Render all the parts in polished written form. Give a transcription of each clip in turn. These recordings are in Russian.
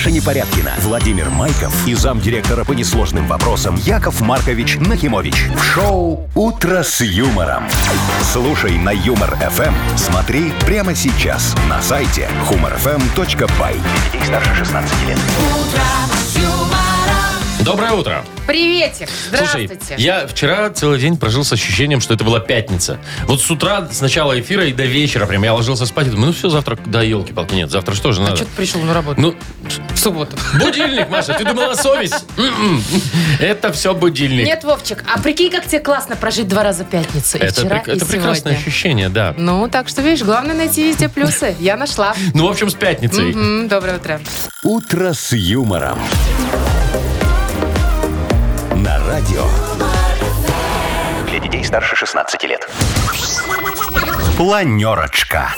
Маша Непорядкина, Владимир Майков и замдиректора по несложным вопросам Яков Маркович Нахимович. В шоу «Утро с юмором». Слушай на Юмор-ФМ. Смотри прямо сейчас на сайте humorfm.by. Для детей старше 16 лет. Доброе утро. Приветик, здравствуйте. Слушай, я вчера целый день прожил с ощущением, что это была пятница. Вот с утра, с начала эфира и до вечера прям я ложился спать и думаю, ну все, завтра, да, елки-палки, нет, завтра что же надо? Что ты пришел на работу? Ну, в субботу. будильник, Маша, ты думала совесть? Это все будильник. Нет, Вовчик, а прикинь, как тебе классно прожить 2 раза пятницу. И вчера, и Это прекрасное сегодня. ощущение, да. Ну, так что, видишь, главное найти везде плюсы. Я нашла. Ну, в общем, с пятницей. Доброе утро. «Утро с юмором». На радио. Для детей старше 16 лет. Планерочка.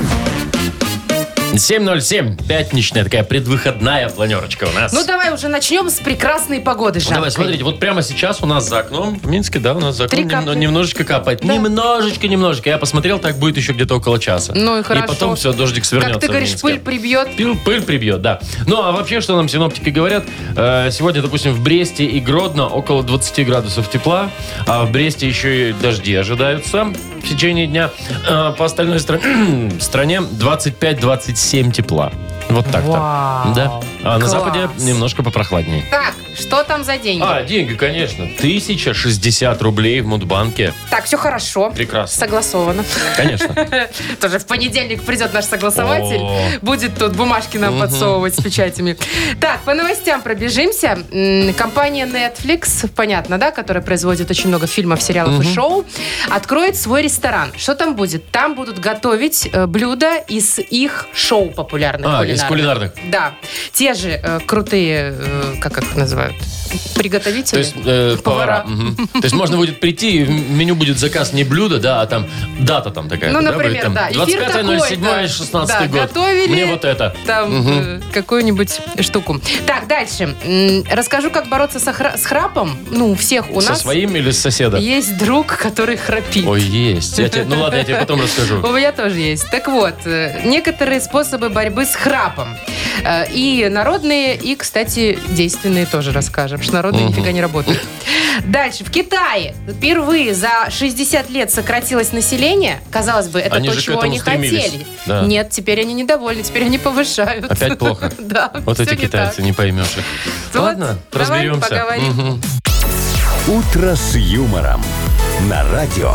7:07, пятничная такая предвыходная планерочка у нас. Ну, давай уже начнем с прекрасной погоды, жаркой. Давай, смотрите, вот прямо сейчас у нас за окном, в Минске, да, у нас за окном 3 капли. немножечко капает. Да. Немножечко. Я посмотрел, так будет еще где-то около часа. Ну и хорошо. И потом все, дождик свернется. Как ты говоришь, в Минске. пыль прибьет. Пыль прибьет, да. Ну, а вообще, что нам синоптики говорят? Сегодня, допустим, в Бресте и Гродно около 20 градусов тепла, а в Бресте еще и дожди ожидаются в течение дня. По остальной стране 25-27 тепла. Вот так-то. Вау, Да. А на класс. Западе немножко попрохладнее. Так, что там за деньги? Деньги, конечно. 1060 рублей в Мудбанке. Так, все хорошо. Прекрасно. Согласовано. Конечно. Тоже в понедельник придет наш согласователь. О. Будет тут бумажки нам подсовывать с печатями. Так, по новостям пробежимся. Компания Netflix, понятно, да, которая производит очень много фильмов, сериалов и шоу, откроет свой ресторан. Что там будет? Там будут готовить блюда из их шоу популярных. Из кулинарных. Да. Те же крутые, как их называют? Приготовители? То есть повара. То есть можно будет прийти, и в меню будет заказ не блюдо, да, а там дата там такая. Ну, да, например, будет, там, да. Эфир 25.07.16 да, год. готовили. Мне вот это. Там какую-нибудь штуку. Так, дальше. Расскажу, как бороться с храпом. Ну, у всех у Со нас своим или с соседа? есть друг, который храпит. Ой, есть. Ну ладно, я тебе потом расскажу. У меня тоже есть. Так вот, некоторые способы борьбы с храпом. И народные, и, кстати, действенные тоже расскажем. Потому что народные нифига не работают. Дальше. В Китае впервые за 60 лет сократилось население. Казалось бы, это Они то, же к чего этому они стремились. хотели. Да. Нет, теперь они недовольны, теперь они повышают. Опять плохо. Да, Вот всё эти не китайцы, так. не поймешь их. Вот, Ладно, давай разберемся. поговорим. «Утро с юмором». На радио.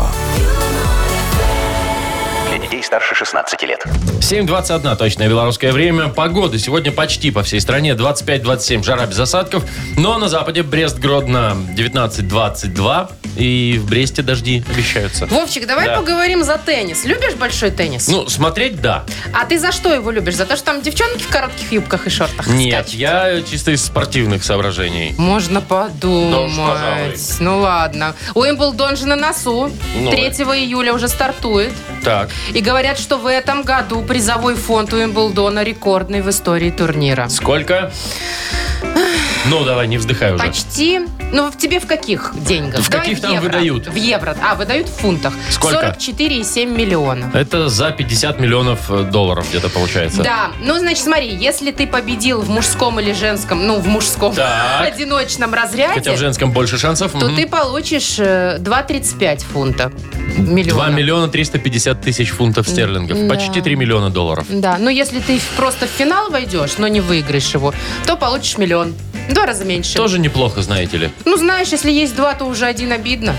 Для детей старше 16 лет. 7:21 точное белорусское время. Погода сегодня почти по всей стране 25-27, жара без осадков. Но на западе Брест-Гродно 19-22. И в Бресте дожди обещаются. Вовчик, давай Да. поговорим за теннис. Любишь большой теннис? Ну, смотреть, да. А ты за что его любишь? За то, что там девчонки в коротких юбках и шортах Нет, скачут? я чисто из спортивных соображений. Можно подумать. Да уж, пожалуй. Ну ладно. Уимблдон же на носу. Ну. 3 июля уже стартует. Так. И говорят, что в этом году призовой фонд Уимблдона рекордный в истории турнира. Сколько? Ну, давай, не вздыхай уже. Почти. Ну, тебе в каких деньгах? В Давай каких там евро. выдают? В евро. Выдают в фунтах. Сколько? 44,7 миллиона. Это за 50 миллионов долларов где-то получается. Да, ну, значит, смотри, если ты победил в мужском или женском, в мужском Так. одиночном разряде, Хотя в женском больше шансов. то ты получишь 2,35 фунта. Миллиона. 2 миллиона 350 тысяч фунтов стерлингов. Да. Почти 3 миллиона долларов. Да, но если ты просто в финал войдешь, но не выиграешь его, то получишь 1 миллион. 2 раза меньше. Тоже неплохо, знаете ли. Ну, знаешь, если есть 2, то уже 1 обидно.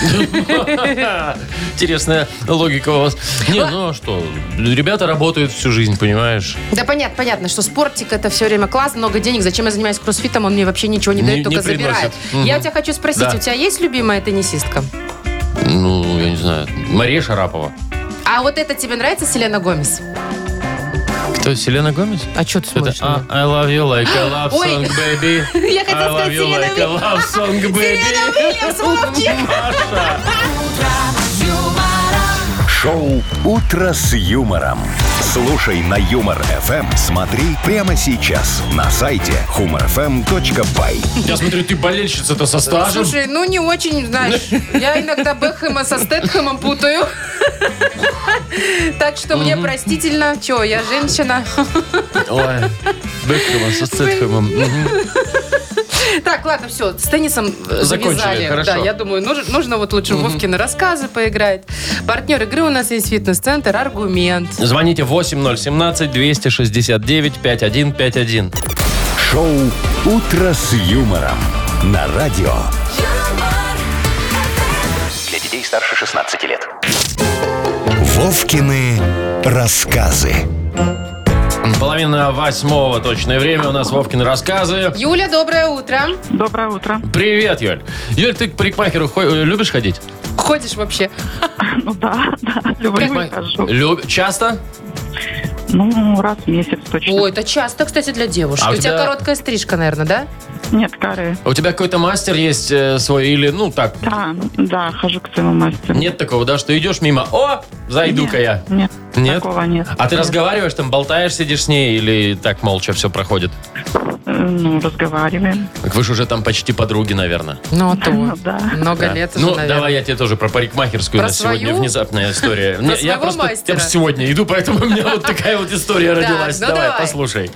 Интересная логика у вас. Не, ну а что? Ребята работают всю жизнь, понимаешь? Да понятно, что спортик это все время класс, много денег. Зачем я занимаюсь кроссфитом? Он мне вообще ничего не дает, Не только приносит. забирает. Мгм. Я у тебя хочу спросить, Да. у тебя есть любимая теннисистка? Ну, я не знаю. Мария Шарапова. А вот это тебе нравится, Селена Гомес? Кто, Селена Гомес? А что ты смотришь? Это I love you like a love Ой. song, baby. Я хотела I love сказать you Серена like a love song, baby. Серена Уильямс, Вовчик! Маша. Шоу «Утро с юмором». Слушай на Юмор ФМ. Смотри прямо сейчас на сайте humorfm.by. Я смотрю, ты болельщица-то со стажем. Слушай, ну не очень, знаешь. Я иногда Бекхэма со Стэтхэмом путаю. Так что мне простительно. Че, я женщина. Ой, Бекхэма со Стэтхэмом. Так, ладно, все, с теннисом Закончили, завязали. хорошо. Да, я думаю, нужно вот лучше Вовкины рассказы поиграть. Партнер игры у нас есть фитнес-центр «Аргумент». Звоните 8017-269-5151. Шоу «Утро с юмором» на радио. Для детей старше 16 лет. Вовкины рассказы. 7:30 точное время. У нас Вовкины рассказы. Юля, доброе утро. Доброе утро. Привет, Юль. Юль, ты к парикмахеру любишь ходить? Ходишь вообще? Ну да, люблю и хожу. Часто? Ну, раз в месяц точно. Ой, это часто, кстати, для девушки. А у у тебя тебя короткая стрижка, наверное, да? Нет, каре. А у тебя какой-то мастер есть свой или, ну, так? Да, хожу к своему мастеру. Нет такого, да, что идешь мимо, зайду-ка я. Нет, Нет? такого нет. А ты разговариваешь, там, болтаешь, сидишь с ней или так молча все проходит? Ну, разговариваем. Так вы же уже там почти подруги, наверное. Ну, а то. Ну, да. Много лет уже, Ну, наверное. давай я тебе тоже про парикмахерскую. Про У нас сегодня свою? внезапная история. Про Я своего просто мастера? сегодня иду, поэтому у меня вот такая вот история родилась. ну Давай, давай. послушай.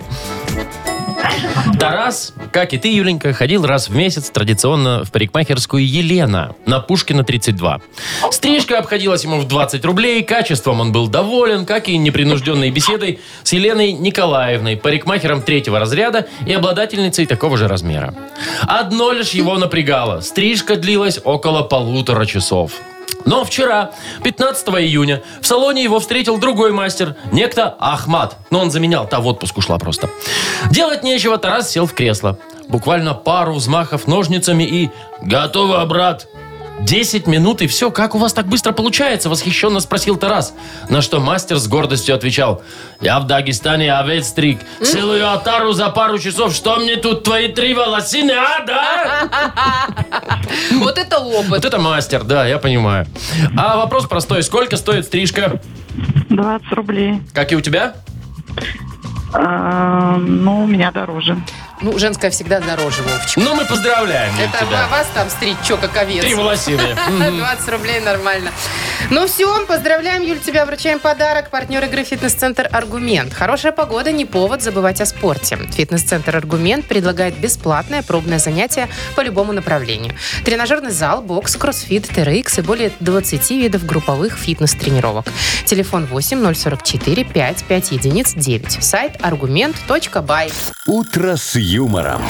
Тарас, как и ты, Юленька, ходил раз в месяц традиционно в парикмахерскую Елена на Пушкина 32. Стрижка обходилась ему в 20 рублей, качеством он был доволен, как и непринужденной беседой с Еленой Николаевной, парикмахером 3-го разряда и обладательницей такого же размера. Одно лишь его напрягало. Стрижка длилась около 1,5 часов. Но вчера, 15 июня, в салоне его встретил другой мастер, некто Ахмат. Но он заменял, та в отпуск ушла просто. Делать нечего, Тарас сел в кресло. Буквально пару взмахов ножницами и «Готово, брат!» 10 минут и все. Как у вас так быстро получается? Восхищенно спросил Тарас. На что мастер с гордостью отвечал: я в Дагестане овец стриг. Целую отару за пару часов. Что мне тут твои 3 волосины, да? Вот это опыт. Вот это мастер, да, я понимаю. А вопрос простой. Сколько стоит стрижка? 20 рублей. Как и у тебя? Ну, у меня дороже. Ну, женская всегда дороже, Вовчик. Ну, мы поздравляем Это тебя. вас там стричь, что, как овец. 3 волосины. 20 рублей нормально. Ну все, поздравляем, Юль, тебя вручаем подарок. Партнер игры «Фитнес-центр Аргумент». Хорошая погода, не повод забывать о спорте. Фитнес-центр Аргумент предлагает бесплатное пробное занятие по любому направлению. Тренажерный зал, бокс, кроссфит, TRX и более 20 видов групповых фитнес-тренировок. Телефон 8 044 5 5 единиц 9. Сайт argument.by. «Утро с юмором».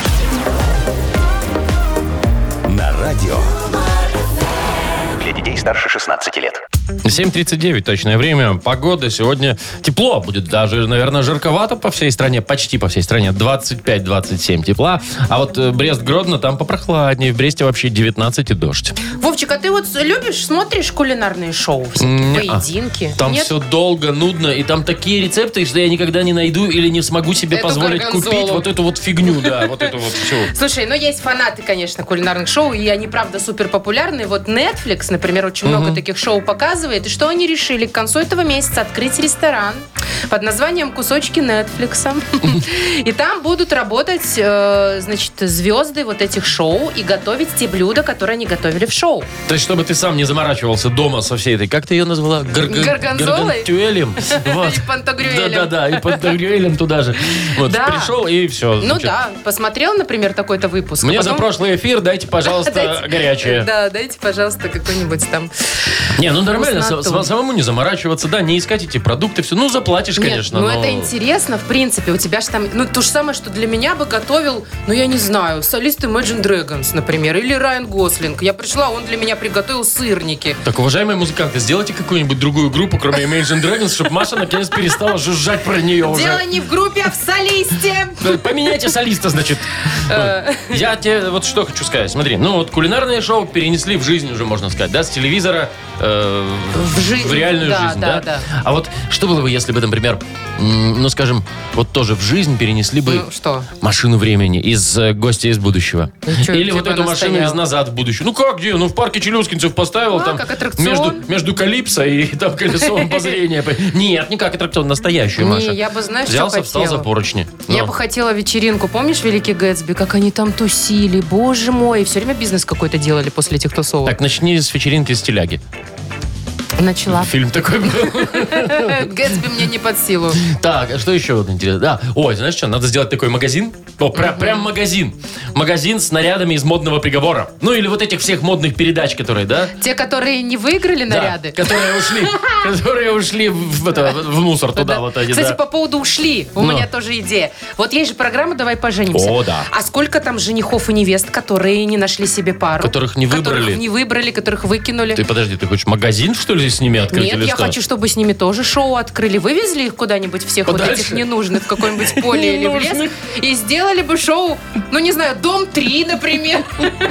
На радио. Для детей старше 16 лет. 7:39 точное время. Погода сегодня тепло. Будет даже, наверное, жарковато по всей стране. Почти по всей стране. 25-27 тепла. А вот Брест-Гродно там попрохладнее. В Бресте вообще 19 и дождь. Вовчик, а ты вот любишь, смотришь кулинарные шоу, всякие Не-а. поединки? Там Нет? все долго, нудно. И там такие рецепты, что я никогда не найду или не смогу себе Эту позволить горгонзолу. купить вот эту вот фигню. Да, вот эту вот всю. Слушай, ну есть фанаты, конечно, кулинарных шоу, и они, правда, супер популярны. Вот Netflix, например, очень много таких шоу показывает. И что они решили? К концу этого месяца открыть ресторан под названием «Кусочки Netflix». И там будут работать, значит, звезды вот этих шоу и готовить те блюда, которые они готовили в шоу. То есть, чтобы ты сам не заморачивался дома со всей этой... Как ты ее назвала? Горгонзолой? Гаргантюэлем. Вот. Или пантагрюэлем. Да-да-да, и пантагрюэлем туда же. Вот, Да. пришел и все. Ну да, посмотрел, например, такой-то выпуск. Мне а за потом- прошлый эфир дайте, пожалуйста, Дайте- горячее. Да, дайте, пожалуйста, какой-нибудь там... Не, ну нормально, вкусноту. самому не заморачиваться, да, не искать эти продукты, все. Ну, заплатишь, Нет, конечно, ну но... это интересно, в принципе. У тебя же там, ну, то же самое, что для меня бы готовил, ну, я не знаю, солист Imagine Dragons, например, или Райан Гослинг. Я пришла, он для меня приготовил сырники. Так, уважаемые музыканты, сделайте какую-нибудь другую группу, кроме Imagine Dragons, чтобы Маша наконец перестала жужжать про нее уже. Дело не в группе, а в солисте. Поменяйте солиста, значит. Я тебе вот что хочу сказать. Смотри, ну вот кулинарное шоу перенесли в жизнь уже, можно сказать, да, с телевизора в жизнь, реальную да, жизнь, да, да? да. А вот что было бы, если бы, например, например, ну, скажем, вот тоже в жизнь перенесли бы Ну, что? машину времени из «Гостя из будущего». чё, Или вот типа эту машину настоял? из «Назад в будущее». Ну, как где? Ну, в парке Челюскинцев поставил там как аттракцион. между Калипсо и там колесом обозрения. Нет, не как аттракцион, настоящую, Не, Маша. я бы, знаешь, Взял, что встал за хотела? поручни. Я Ну. бы хотела вечеринку. Помнишь «Великий Гэтсби», как они там тусили? Боже мой, все время бизнес какой-то делали после этих тусовок. Так, начни с вечеринки с теляги. Начала. Фильм такой был. Гэтсби мне не под силу. Так, а что еще вот интересно? Да, ой, знаешь что, надо сделать такой магазин. О, прям магазин. Магазин с нарядами из модного приговора. Ну, или вот этих всех модных передач, которые, да? Те, которые не выиграли Да, наряды. которые ушли в мусор туда, Да. вот эти, Кстати, да. по поводу «ушли», у Ну. меня тоже идея. Вот есть же программа «Давай поженимся». О, да. А сколько там женихов и невест, которые не нашли себе пару? Которых не выбрали? Которых не выбрали, которых выкинули. Ты подожди, ты хочешь магазин, что ли, с ними открыть? Нет, или я что? хочу, чтобы с ними тоже шоу открыли. Вывезли их куда-нибудь всех вот Подальше? этих ненужных в какое-нибудь поле или в лес. Ненужных. И сделали бы шоу, ну не знаю, «Дом 3», например.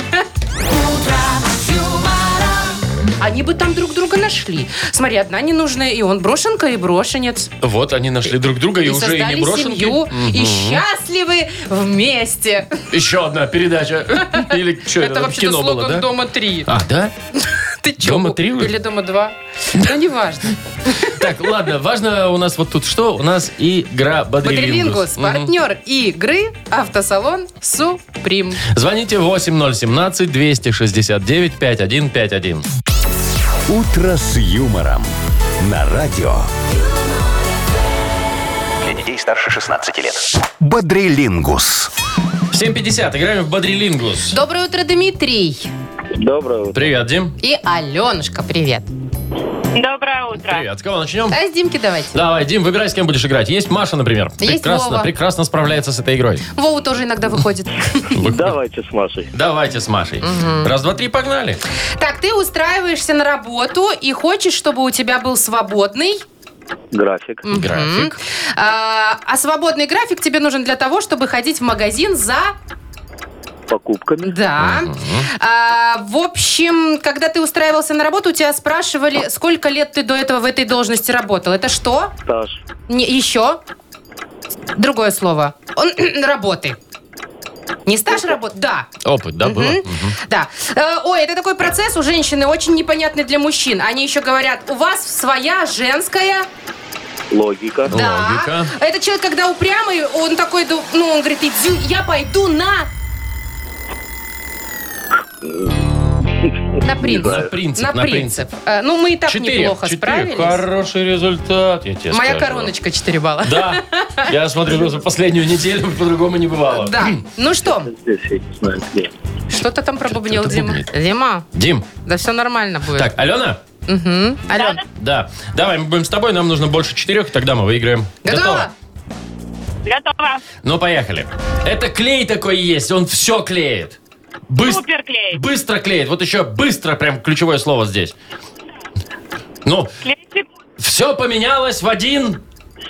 Они бы там друг друга нашли. Смотри, одна ненужная, и он брошенка, и брошенец. Вот, они нашли друг друга, и уже и создали не брошенки. семью, и Мгм. счастливы вместе. Еще одна передача. Или что, Это вообще-то кино было, слоган да? «Дома 3». А, да? Ты че? «Дома 3» уже? Или «Дома 2». Ну, неважно. Так, ладно, важно у нас вот тут что? У нас игра Бодрилингус, Бодрилингус. партнер игры, автосалон «Суприм». Звоните 8017-269-5151. «Утро с юмором» на радио. Для детей старше 16 лет. Бодрилингус. 7:50. Играем в Бодрилингус. Доброе утро, Дмитрий. Доброе утро. Привет, Дим. И Аленушка, привет. Доброе утро. Привет. С кого начнем? А с Димки давайте. Давай, Дим, выбирай, с кем будешь играть. Есть Маша, например. Есть Вова. Прекрасно справляется с этой игрой. Вову тоже иногда выходит. Давайте с Машей. Давайте с Машей. Раз, два, три, погнали. Так, ты устраиваешься на работу и хочешь, чтобы у тебя был свободный... График. График. А свободный график тебе нужен для того, чтобы ходить в магазин за... Покупками. Да. В общем, когда ты устраивался на работу, у тебя спрашивали, сколько лет ты до этого в этой должности работал. Это что? Стаж. Еще? Другое слово. Работы. Не стаж работы? Да. Опыт, да, было? Да. Ой, это такой процесс у женщины очень непонятный для мужчин. Они еще говорят, у вас своя женская... Логика. Да. Логика. Это человек, когда упрямый, он такой, ну, он говорит, я пойду на принцип. На принцип. Ну, мы и так 4. неплохо справились. Хороший результат, я тебе Моя скажу. короночка 4 балла. Да. Я смотрю, за последнюю неделю по-другому не бывало. Да. Ну что, Здесь я не знаю, где. что-то там пробубнил Что-то Дима. бубнит. Дима, Дим, да все нормально будет. так, Алена? Ален, Да. Давай, мы будем с тобой, нам нужно больше 4, тогда мы выиграем. готова? Готово. Ну, поехали. Это клей такой есть, он все клеит. Суперклей. Быстро клеит. Вот еще быстро, прям ключевое слово здесь. Ну, Клейчик. все поменялось в один...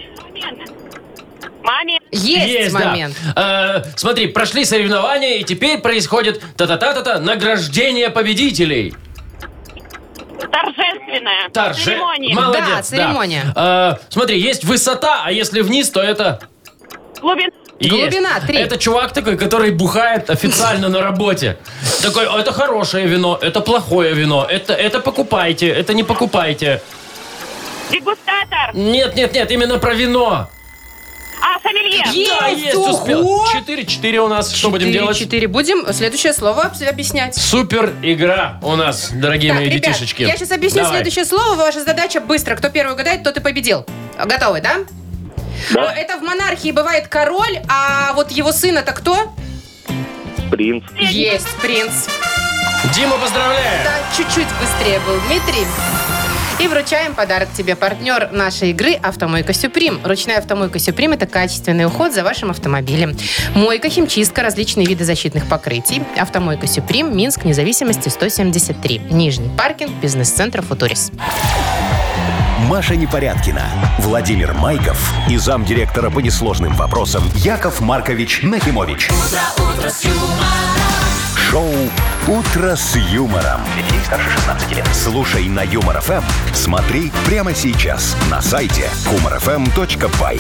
Маме. Есть да. момент. Смотри, прошли соревнования, и теперь происходит та-та-та-та-та награждение победителей. Торжественная. Церемония. Молодец, Да, церемония. Смотри, есть высота, а если вниз, то это... Глубина. Есть. Глубина, 3. Это чувак такой, который бухает официально на работе. Такой, это хорошее вино, это плохое вино, это покупайте, это не покупайте. Дегустатор. Нет, именно про вино. А, сомелье. Да, Есть, есть, успел. ого! 4-4 у нас. Что будем делать? 4. Будем следующее слово объяснять. Супер игра у нас, дорогие Так, мои ребят, детишечки. я сейчас объясню Давай. следующее слово. Ваша задача быстро. Кто первый угадает, тот и победил. Готовы, да? Да. Это в монархии бывает король, а вот его сын это кто? Принц. Есть принц. Дима, поздравляю. Да, чуть-чуть быстрее был Дмитрий. И вручаем подарок тебе. Партнер нашей игры «Автомойка Сюприм». Ручная «Автомойка Сюприм» — это качественный уход за вашим автомобилем. Мойка, химчистка, различные виды защитных покрытий. «Автомойка Сюприм», Минск, Независимости, 173. Нижний паркинг, бизнес-центр «Футурис». Маша Непорядкина, Владимир Майков и замдиректора по несложным вопросам Яков Маркович Нахимович. шоу «Утро с юмором». Для детей старше 16 лет. Слушай на Юмор ФМ, смотри прямо сейчас на сайте humorfm.by.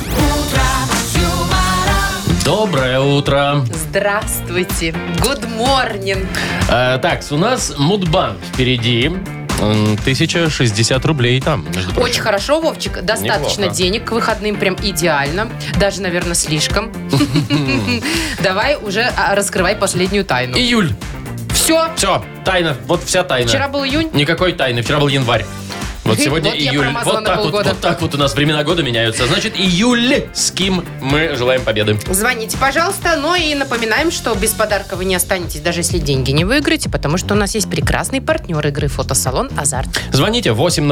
Доброе утро. Здравствуйте. Good morning. Так, у нас Мудбанк впереди. 1060 рублей там, между прочим. Очень хорошо, Вовчик. Достаточно Неплохо. денег к выходным, прям идеально. Даже, наверное, слишком. Давай уже раскрывай последнюю тайну. Июль. Все. Все, тайна. Вот вся тайна. Вчера был июнь. Никакой тайны. Вчера был январь. Вот сегодня Вот я июль. промазала на полгода. Вот так вот у нас времена года меняются. Значит, июль. С кем мы желаем победы. Звоните, пожалуйста. Ну и напоминаем, что без подарка вы не останетесь, даже если деньги не выиграете, потому что у нас есть прекрасный партнер игры «Фотосалон Азарт». Звоните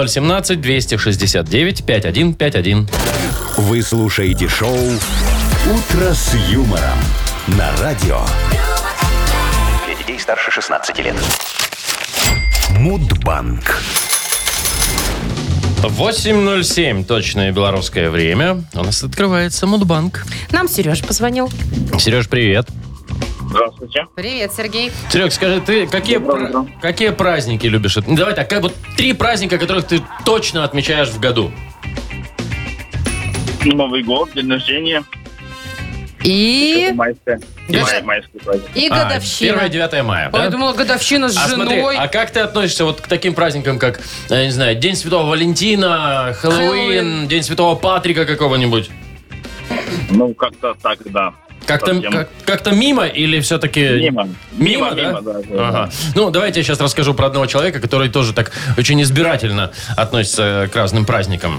8017-269-5151. Вы слушаете шоу «Утро с юмором» на радио Для детей старше 16 лет. Мудбанк. 8:07 точное белорусское время. У нас открывается Мудбанк. Нам Сереж позвонил. Сереж, привет. Здравствуйте. Привет, Сергей. Серег, скажи, ты какие праздники любишь? Давай так, как вот 3 праздника, которых ты точно отмечаешь в году. Новый год, день рождения. И Майская. Даже- Майский праздник. годовщина. 1-9 мая, Ой, да? я думала, годовщина с А смотри, женой. а как ты относишься вот к таким праздникам, как, я не знаю, День Святого Валентина, Хэллоуин, День Святого Патрика какого-нибудь? Ну, как-то так, да. Как-то, Совсем. как-то мимо или все-таки... Мимо. Мимо, да? да. Ага. Ну, давайте я сейчас расскажу про одного человека, который тоже так очень избирательно относится к разным праздникам.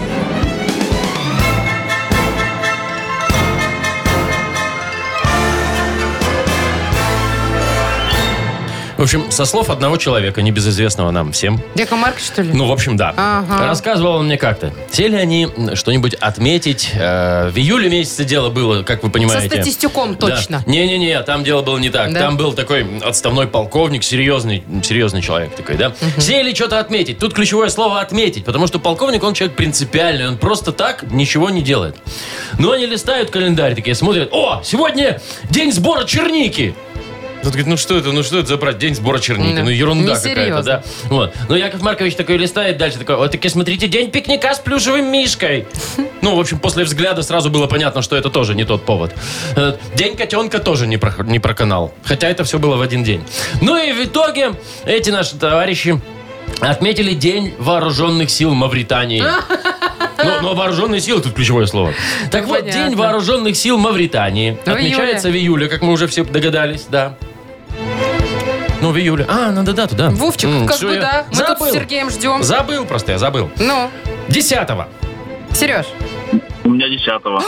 В общем, со слов одного человека, небезызвестного нам всем, Яков Маркович, что ли? ну, в общем, да. Ага. Рассказывал он мне как-то. Сели они что-нибудь отметить. В июле месяце дело было, как вы Со понимаете. статистюком Да. точно. Не-не-не, там дело было не так. Да? Там был такой отставной полковник, серьезный человек такой, да. Сели что-то отметить. Тут ключевое слово «отметить», потому что полковник, он человек принципиальный, он просто так ничего не делает. Но они листают календарь такие, смотрят, о, сегодня день сбора черники. Тут говорит, ну что это за брать день сбора черники? Да. Ну ерунда Несерьезно. какая-то, да. Вот. Ну Яков Маркович такой листает дальше, такой, вот таки смотрите, день пикника с плюшевым мишкой. Ну, в общем, после взгляда сразу было понятно, что это тоже не тот повод. День котенка тоже не проканал. Хотя это все было в один день. Ну и в итоге эти наши товарищи отметили День вооруженных сил Мавритании. Но вооруженные силы тут ключевое слово. Так вот, Понятно. День вооруженных сил Мавритании В отмечается в июле, как мы уже все догадались, да. Ну, в июле. Надо дату, да. Вовчик, как Всё, бы я да. Мы тут забыл. с Сергеем ждем. Забыл просто, я забыл. Ну, 10-го. Сереж. У меня 10-го.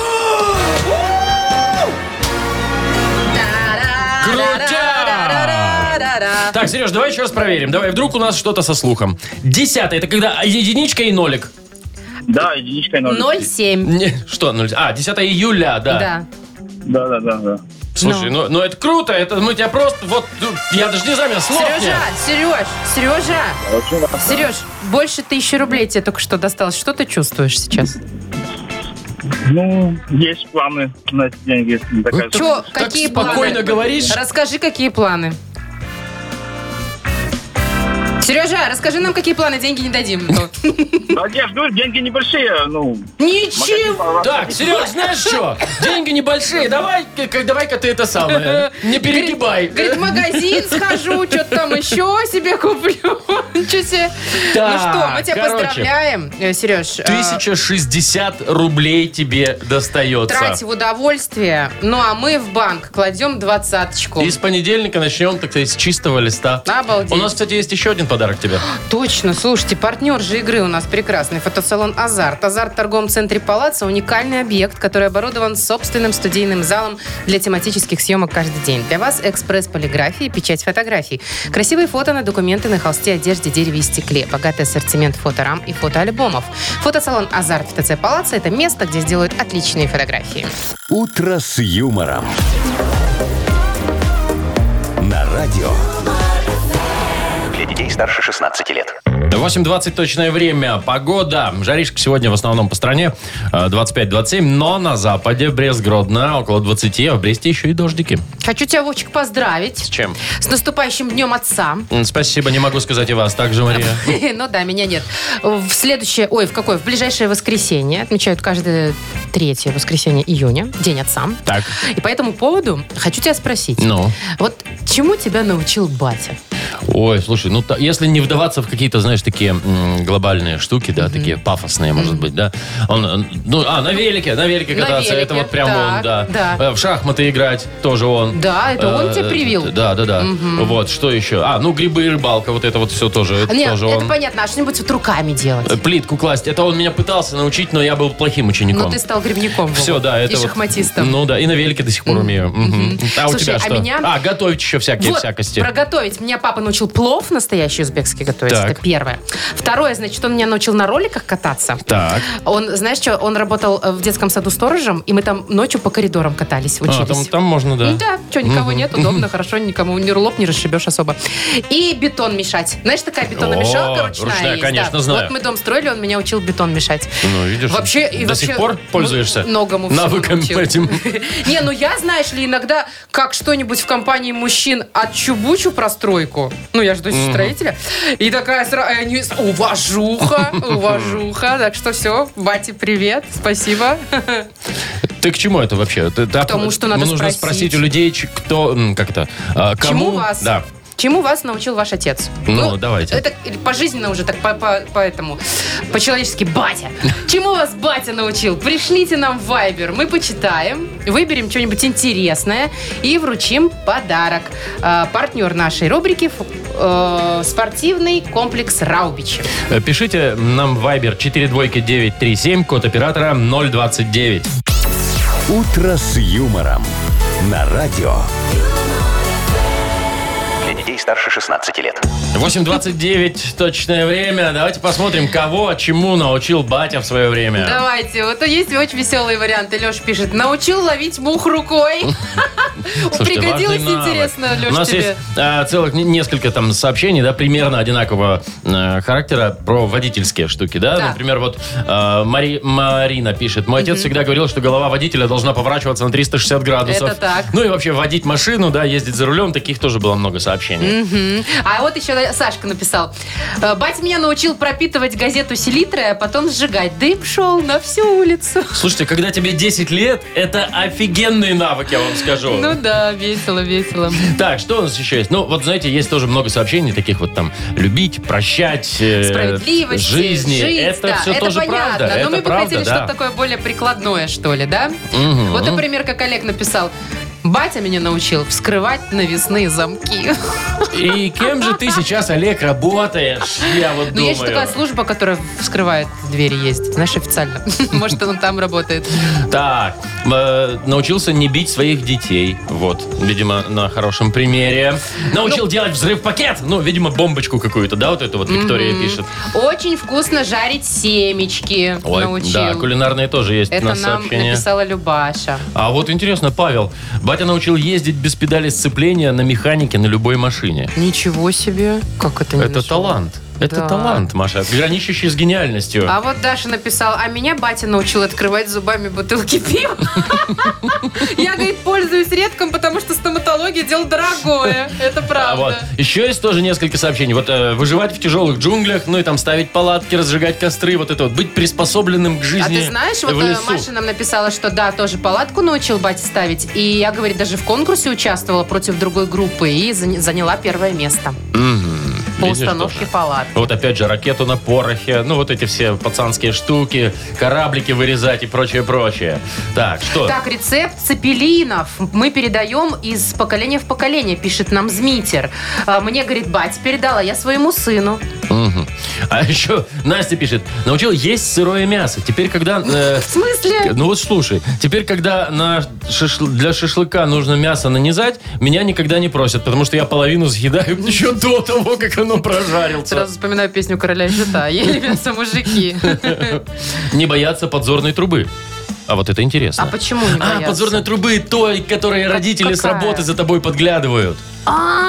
Так, Сереж, давай еще раз проверим. Давай, вдруг у нас что-то со слухом. 10-е, это когда единичка и нолик. Да, единичка и 0,7. Что, 0? 10 июля, да. Да. Да. Слушай, ну это круто, это мы тебя просто, вот, я даже не знаю, у меня слов нет. Сереж, больше 1000 рублей тебе только что досталось. Что ты чувствуешь сейчас? Ну, есть планы на эти деньги. Такая Чё, Так какие спокойно планы? говоришь. Расскажи, какие планы. Сережа, расскажи нам, какие планы, деньги не дадим. Да, я же говорю, деньги небольшие, ну... Ничего. Так, Сереж, знаешь что? Деньги небольшие, давай-ка ты это самое, не перегибай. Говорит, в магазин схожу, что-то там еще себе куплю. Ничего себе. Так, Ну что, мы тебя короче. поздравляем, Сереж. 1060 рублей тебе достается. Трать в удовольствие. Ну, а мы в банк кладем 20-очку. И с понедельника начнем, так сказать, с чистого листа. Обалдеть. У нас, кстати, есть еще один подарок тебе. Точно, слушайте, партнер же игры у нас прекрасный. Фотосалон «Азарт». «Азарт» в торговом центре «Палаццо» — уникальный объект, который оборудован собственным студийным залом для тематических съемок каждый день. Для вас экспресс-полиграфии, печать фотографий. Красивые фото на документы на холсте, одежде, дереве и стекле. Богатый ассортимент фоторам и фотоальбомов. Фотосалон «Азарт» в ТЦ «Палаццо» — это место, где сделают отличные фотографии. «Утро с юмором». На радио. Для детей старше 16 лет. 8:20 точное время. Погода. Жаришка сегодня в основном по стране 25-27, но на западе Брест-Гродно около 20, а в Бресте еще и дождики. Хочу тебя, Вовчик, поздравить. С чем? С наступающим Днем Отца. Спасибо, не могу сказать и вас. Так же, Мария. Ну да, меня нет. В ближайшее воскресенье отмечают каждое 3-е воскресенье июня, День Отца. Так. И по этому поводу хочу тебя спросить. Ну? Вот чему тебя научил батя? Ой, слушай, если не вдаваться в какие-то, знаешь, такие глобальные штуки, да, такие пафосные, может быть, да. На велике кататься, это вот прям так, он, да. да. В шахматы играть, тоже он. Да, это он тебе привил? Да. Вот, что еще? Грибы и рыбалка, вот это вот все тоже, Нет, тоже это он. понятно, а что-нибудь вот руками делать? Плитку класть, это он меня пытался научить, но я был плохим учеником. Ну, ты стал грибником. Все, да, это и шахматистом. Ну да, и на велике до сих пор умею. А у Слушай, тебя что? меня... готовить еще всякие Вот, всякости. про готовить. Меня папа научил плов настоящий узбекский готовить. Так. Это первое. Второе, значит, он меня научил на роликах кататься. Так. Он, знаешь что, он работал в детском саду сторожем, и мы там ночью по коридорам катались, учились. Там можно, да. Ну да, что, никого нет, удобно, хорошо, никому ни лоб не расшибешь особо. И бетон мешать. Знаешь, такая бетономешалка ручная есть? Конечно, да. знаю. Вот мы дом строили, он меня учил бетон мешать. Ну, видишь, до сих пор пользуешься многому навыком этим? Не, я, знаешь ли, иногда как что-нибудь в компании мужчин отчубучу про стройку. Я же дочь строителя. И такая уважуха. Так что все, бате, привет, спасибо. Ты к чему это вообще? Потому что надо нужно спросить у людей, кто, кому... Чему вас? Да. Чему вас научил ваш отец? Давайте. Это пожизненно уже, так по-человечески, батя. Чему вас батя научил? Пришлите нам в Viber, мы почитаем, выберем что-нибудь интересное и вручим подарок. Партнер нашей рубрики спортивный комплекс Раубичи. Пишите нам в Viber 42937, код оператора 029. «Утро с юмором» на радио. Для детей старше 16 лет. 8:29 точное время. Давайте посмотрим, чему научил батя в свое время. Давайте. Вот есть очень веселые варианты. Леша пишет: научил ловить мух рукой. Пригодилось, интересно, Леша, тебе? У нас есть целых несколько там сообщений, да, примерно одинакового характера про водительские штуки, да. Да. Например, вот Марина пишет: мой отец всегда говорил, что голова водителя должна поворачиваться на 360 градусов. Это так. Ну и вообще водить машину, да, ездить за рулем, таких тоже было много сообщений. А вот еще Сашка написал: батя меня научил пропитывать газету селитрой, а потом сжигать. Дым шел на всю улицу. Слушайте, когда тебе 10 лет, это офигенный навык, я вам скажу. Ну да, весело. Так, что у нас еще есть? Вот, знаете, есть тоже много сообщений, таких вот там: любить, прощать, справедливости, жизни. жить, это все тоже понятно. правда. Но мы бы правда, хотели да. что-то такое более прикладное, что ли, да? Вот, например, как Олег написал: батя меня научил вскрывать навесные замки. И кем же ты сейчас, Олег, работаешь? Я вот думаю. Есть же такая служба, которая вскрывает двери, есть. Знаешь, официально. Может, он там работает. Так, научился не бить своих детей. Вот, видимо, на хорошем примере. Научил делать взрыв-пакет. Видимо, бомбочку какую-то, да, вот это вот Виктория пишет. Очень вкусно жарить семечки. Ой, научил. да, кулинарные тоже есть Это у нас нам сообщение. написала Любаша. А вот интересно, Павел, батя научил ездить без педали сцепления на механике на любой машине. Ничего себе. Как это не Это научила? талант. Это Да. талант, Маша, граничащий с гениальностью. А вот Даша написала: а меня батя научил открывать зубами бутылки пива. Я, говорит, пользуюсь редком, потому что стоматология дело дорогое. Это Вот. правда. Еще есть тоже несколько сообщений. Вот выживать в тяжелых джунглях, и там ставить палатки, разжигать костры, вот это вот, быть приспособленным к жизни. А ты знаешь, в лесу. Маша нам написала, что да, тоже палатку научил батя ставить. И я, говорит, даже в конкурсе участвовала против другой группы и заняла первое место. По Видишь, установке тоже. палатки. Вот опять же ракету на порохе, вот эти все пацанские штуки, кораблики вырезать и прочее. Так, что? Так, рецепт цепелинов мы передаем из поколения в поколение, пишет нам Змитер. Мне, говорит, батя передала, я своему сыну. Мгм. А еще Настя пишет: научил есть сырое мясо. Теперь, когда... В смысле? Ну вот слушай, теперь, когда для шашлыка нужно мясо нанизать, меня никогда не просят, потому что я половину съедаю еще до того, как оно прожарится. Сразу вспоминаю песню «Короля и шута». Ели мясо мужики. Не бояться подзорной трубы. А вот это интересно. А почему не боятся? подзорной трубы той, которой родители с какая? работы за тобой подглядывают.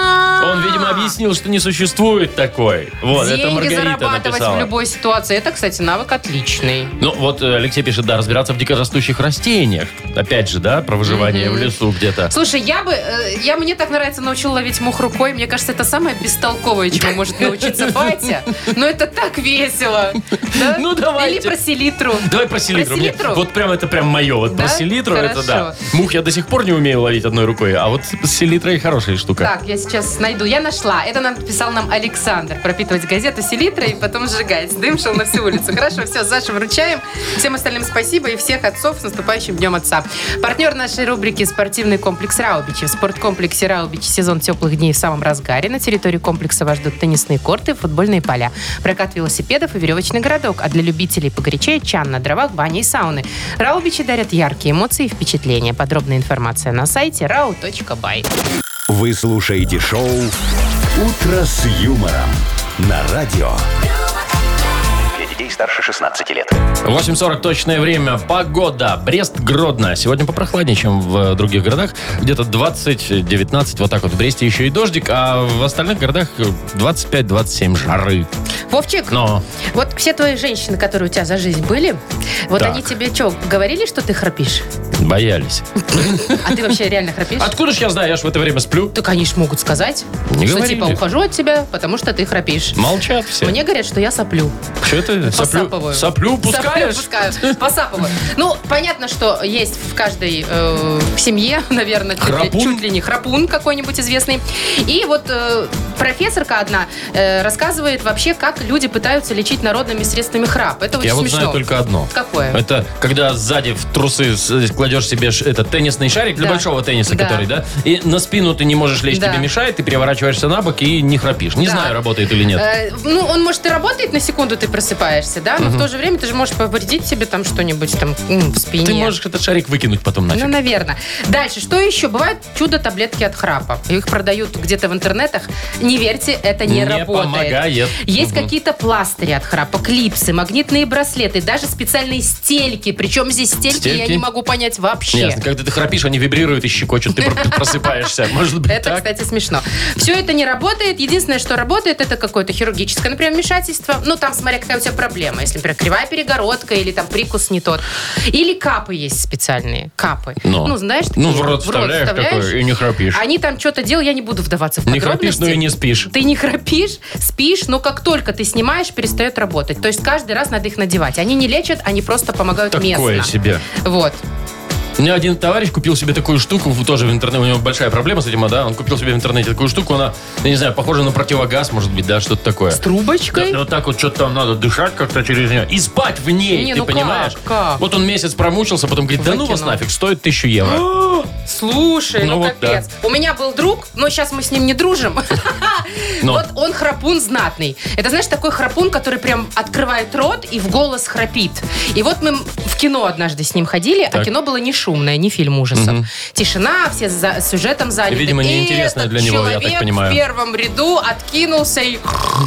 Он, видимо, объяснил, что не существует такой. Вот, это Деньги Маргарита зарабатывать написала. в любой ситуации. Это, кстати, навык отличный. Ну, вот Алексей пишет, да, разбираться в дикорастущих растениях. Опять же, да, про выживание в лесу где-то. Слушай, мне так нравится, научил ловить мух рукой. Мне кажется, это самое бестолковое, чему может научиться батя. Но это так весело. Да? Ну, давайте. Или про селитру. Давай про селитру. Про селитру? Вот прям это прям мое. Вот Да? про селитру это Хорошо. да. Мух я до сих пор не умею ловить одной рукой, а вот с селитрой хорошая штука. Так, я сейчас найду. Я нашла. Это написал нам Александр. Пропитывать газету селитрой и потом сжигать. Дым шел на всю улицу. Хорошо, все, Саша, вручаем. Всем остальным спасибо и всех отцов с наступающим Днем Отца. Партнер нашей рубрики «Спортивный комплекс Раубичи». В спорткомплексе Раубичи сезон теплых дней в самом разгаре. На территории комплекса вас ждут теннисные корты, футбольные поля, прокат велосипедов и веревочный городок. А для любителей погорячее чан на дровах, бани и сауны. Раубичи дарят яркие эмоции и впечатления. Подробная информация на сайте rau.by. Вы слушаете шоу «Утро с юмором» на радио. Для детей старше 16 лет. 8:40 точное время. Погода. Брест-Гродно. Сегодня попрохладнее, чем в других городах. Где-то 20-19. Вот так вот. В Бресте еще и дождик, а в остальных городах 25-27 жары. Вовчик, Но вот все твои женщины, которые у тебя за жизнь были, вот Так. они тебе что, говорили, что ты храпишь? боялись. А ты вообще реально храпишь? Откуда ж я знаю? Я ж в это время сплю. Так они ж могут сказать, Не что говорили. типа ухожу от тебя, потому что ты храпишь. Молчат все. Мне говорят, что я соплю. Что ты? Посапываю. Соплю пускаешь? Соплю пускаю. Посапываю. Ну, понятно, что есть в каждой семье, наверное, Храпун? чуть ли не храпун какой-нибудь известный. И вот профессорка одна рассказывает вообще, как люди пытаются лечить народными средствами храп. Это очень Я вот смешно. знаю только одно. Какое? Это когда сзади в трусы кладешь себе этот теннисный шарик для Да. большого тенниса, Да. который, да, и на спину ты не можешь лечь, Да. тебе мешает, ты переворачиваешься на бок и не храпишь. Не Да. знаю, работает или нет. Ну, он, может, и работает на секунду, ты просыпаешься, да, но в то же время ты же можешь повредить себе там что-нибудь там в спине. Ты можешь этот шарик выкинуть потом нафиг. Ну, наверное. Дальше, что еще? Бывают чудо-таблетки от храпа. Их продают где-то в интернетах. Не верьте, это не работает. помогает. Есть какие-то пластыри от храпа, клипсы, магнитные браслеты, даже специальные стельки. Причем здесь стельки я Стельки? не могу понять вообще. Ясно. Когда ты храпишь, они вибрируют и щекочут, ты просыпаешься. Может быть, Это, так? кстати, смешно. Все это не работает. Единственное, что работает, это какое-то хирургическое, например, вмешательство. Ну, там, смотря какая у тебя проблема. Если, например, кривая перегородка или там прикус не тот. Или капы есть специальные. Капы. Но. Ну, знаешь, Ну, такие в рот вставляешь такой и не храпишь. Они там что-то делают, я не буду вдаваться в Не подробности. храпишь, но и не спишь. Ты не храпишь, спишь, но как только ты снимаешь, перестает работать. То есть каждый раз надо их надевать. Они не лечат, они просто помогают Такое местно. себе. Вот. У меня один товарищ купил себе такую штуку, тоже в интернете, у него большая проблема с этим, да, он купил себе в интернете такую штуку, она, я не знаю, похожа на противогаз, может быть, да, что-то такое. С трубочкой. Да, вот так вот что-то там надо дышать как-то через нее и спать в ней, Не, ты ну понимаешь? как? Вот он месяц промучился, потом говорит, да ну вас Выкинул. нафиг, стоит 1000 евро. Слушай, Ну ну, вот капец. У меня был друг, но сейчас мы с ним не дружим. Но. Вот он храпун знатный. Это, знаешь, такой храпун, который прям открывает рот и в голос храпит. И вот мы в кино однажды с ним ходили, Так. а кино было не шумное, не фильм ужасов. Тишина, все за сюжетом заняты. Видимо, И неинтересное этот для него, я так человек понимаю. в первом ряду откинулся и...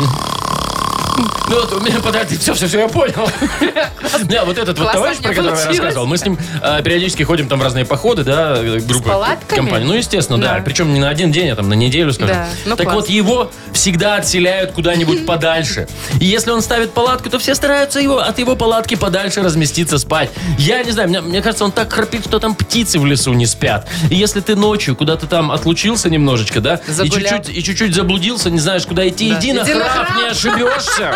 Ну вот, у меня, подожди, все, я понял. Да, вот этот вот Классно товарищ, у про меня которого я получилось. рассказывал, мы с ним периодически ходим там в разные походы, да, группы, палатками? компании. Ну, естественно, да. Да. Причем не на один день, а там на неделю, скажем. Да, ну Так класс. вот, его всегда отселяют куда-нибудь подальше. И если он ставит палатку, то все стараются от его палатки подальше разместиться спать. Я не знаю, мне кажется, он так храпит, что там птицы в лесу не спят. И если ты ночью куда-то там отлучился немножечко, да, Загулял. и чуть-чуть заблудился, не знаешь, куда идти, Да. иди на Иди на храп, храп. не ошибешься.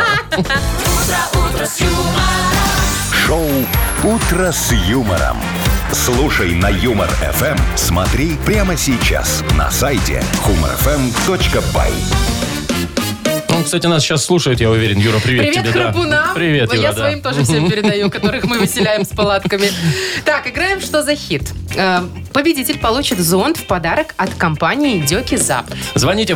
Шоу «Утро с юмором». Слушай на Юмор ФМ. Смотри прямо сейчас на сайте humorfm.by. Он, кстати, нас сейчас слушает, я уверен. Юра, привет, Привет, тебе. Да. храпунам. Привет, Юра, Я да. своим тоже всем передаю, которых мы выселяем с палатками. Так, играем «Что за хит?». Победитель получит зонт в подарок от компании «Дёки Запад». Звоните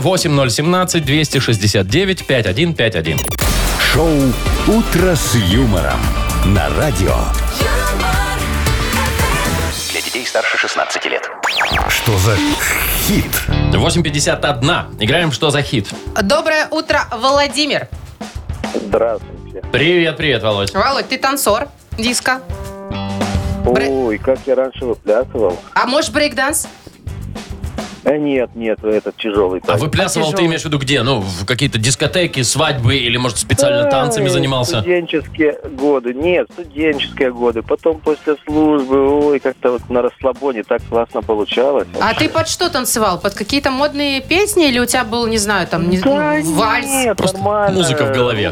8017-269-5151. Шоу «Утро с юмором» на радио. Для детей старше 16 лет. Что за хит? 8:51. Играем «Что за хит?». Доброе утро, Владимир. Здравствуйте. Привет, Володь. Володь, ты танцор диско. Ой, как я раньше выплясывал. А можешь брейк-данс? Нет, этот тяжелый. А выплясывал ты, имеешь в виду, где? Ну, в какие-то дискотеки, свадьбы или, может, специально танцами занимался? Студенческие годы. Нет, студенческие годы. Потом после службы, как-то вот на расслабоне так классно получалось. А ты под что танцевал? Под какие-то модные песни или у тебя был, не знаю, там, вальс? Нет, Просто нормально. музыка в голове.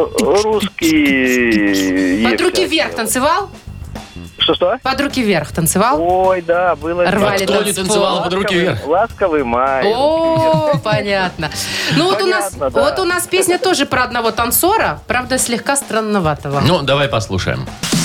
Русский. Под руки вверх танцевал? Что? Под руки вверх танцевал? Ой, да, было. Рвали Кто не танцевал под руки вверх? Ласковый май. О, понятно. Ну вот Понятно, да. у нас песня тоже про одного танцора, правда, слегка странноватого. Ну, давай послушаем.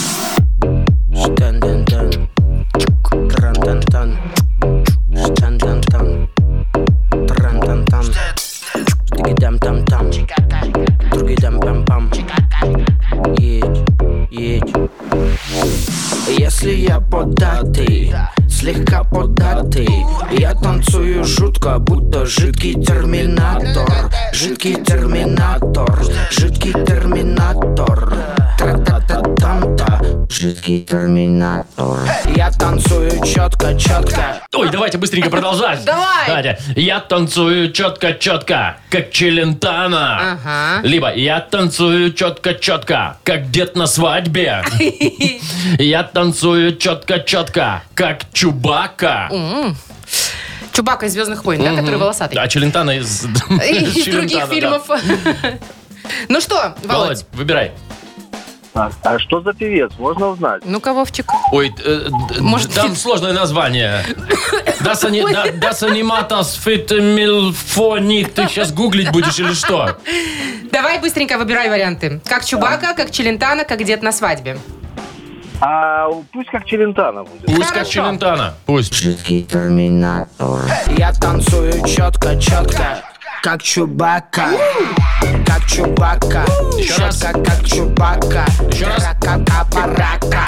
Если я податый, слегка податый, я танцую жутко, будто жидкий терминатор. Жидкий терминатор, жидкий терминатор. Тра-та-та-там-та, жидкий терминатор. Я танцую четко. Ой, давайте быстренько продолжать. Давай. Давайте. Я танцую четко, как Челентано. Ага. Либо я танцую четко, как дед на свадьбе. Я танцую четко, как Чубака. Чубака из «Звездных войн», да, который волосатый? А Челентано из... Из других Челентано, да. фильмов. Ну что, Володь? Володь, выбирай. А что за певец? Можно узнать? Ну-ка, Вовчик. Ой, Может, там сложное название. Das Animatas Fit Milfonik. Ты сейчас гуглить будешь или что? Давай быстренько выбирай варианты. Как Чубака, как Челентано, как дед на свадьбе. А пусть как Челентано будет. Пусть как Хорошо. Челентано. Пусть. Жидкий терминатор. Я танцую четко, как Чубака. Как Чубака. Еще раз. Как Чубака. Еще раз. Рака-капарака.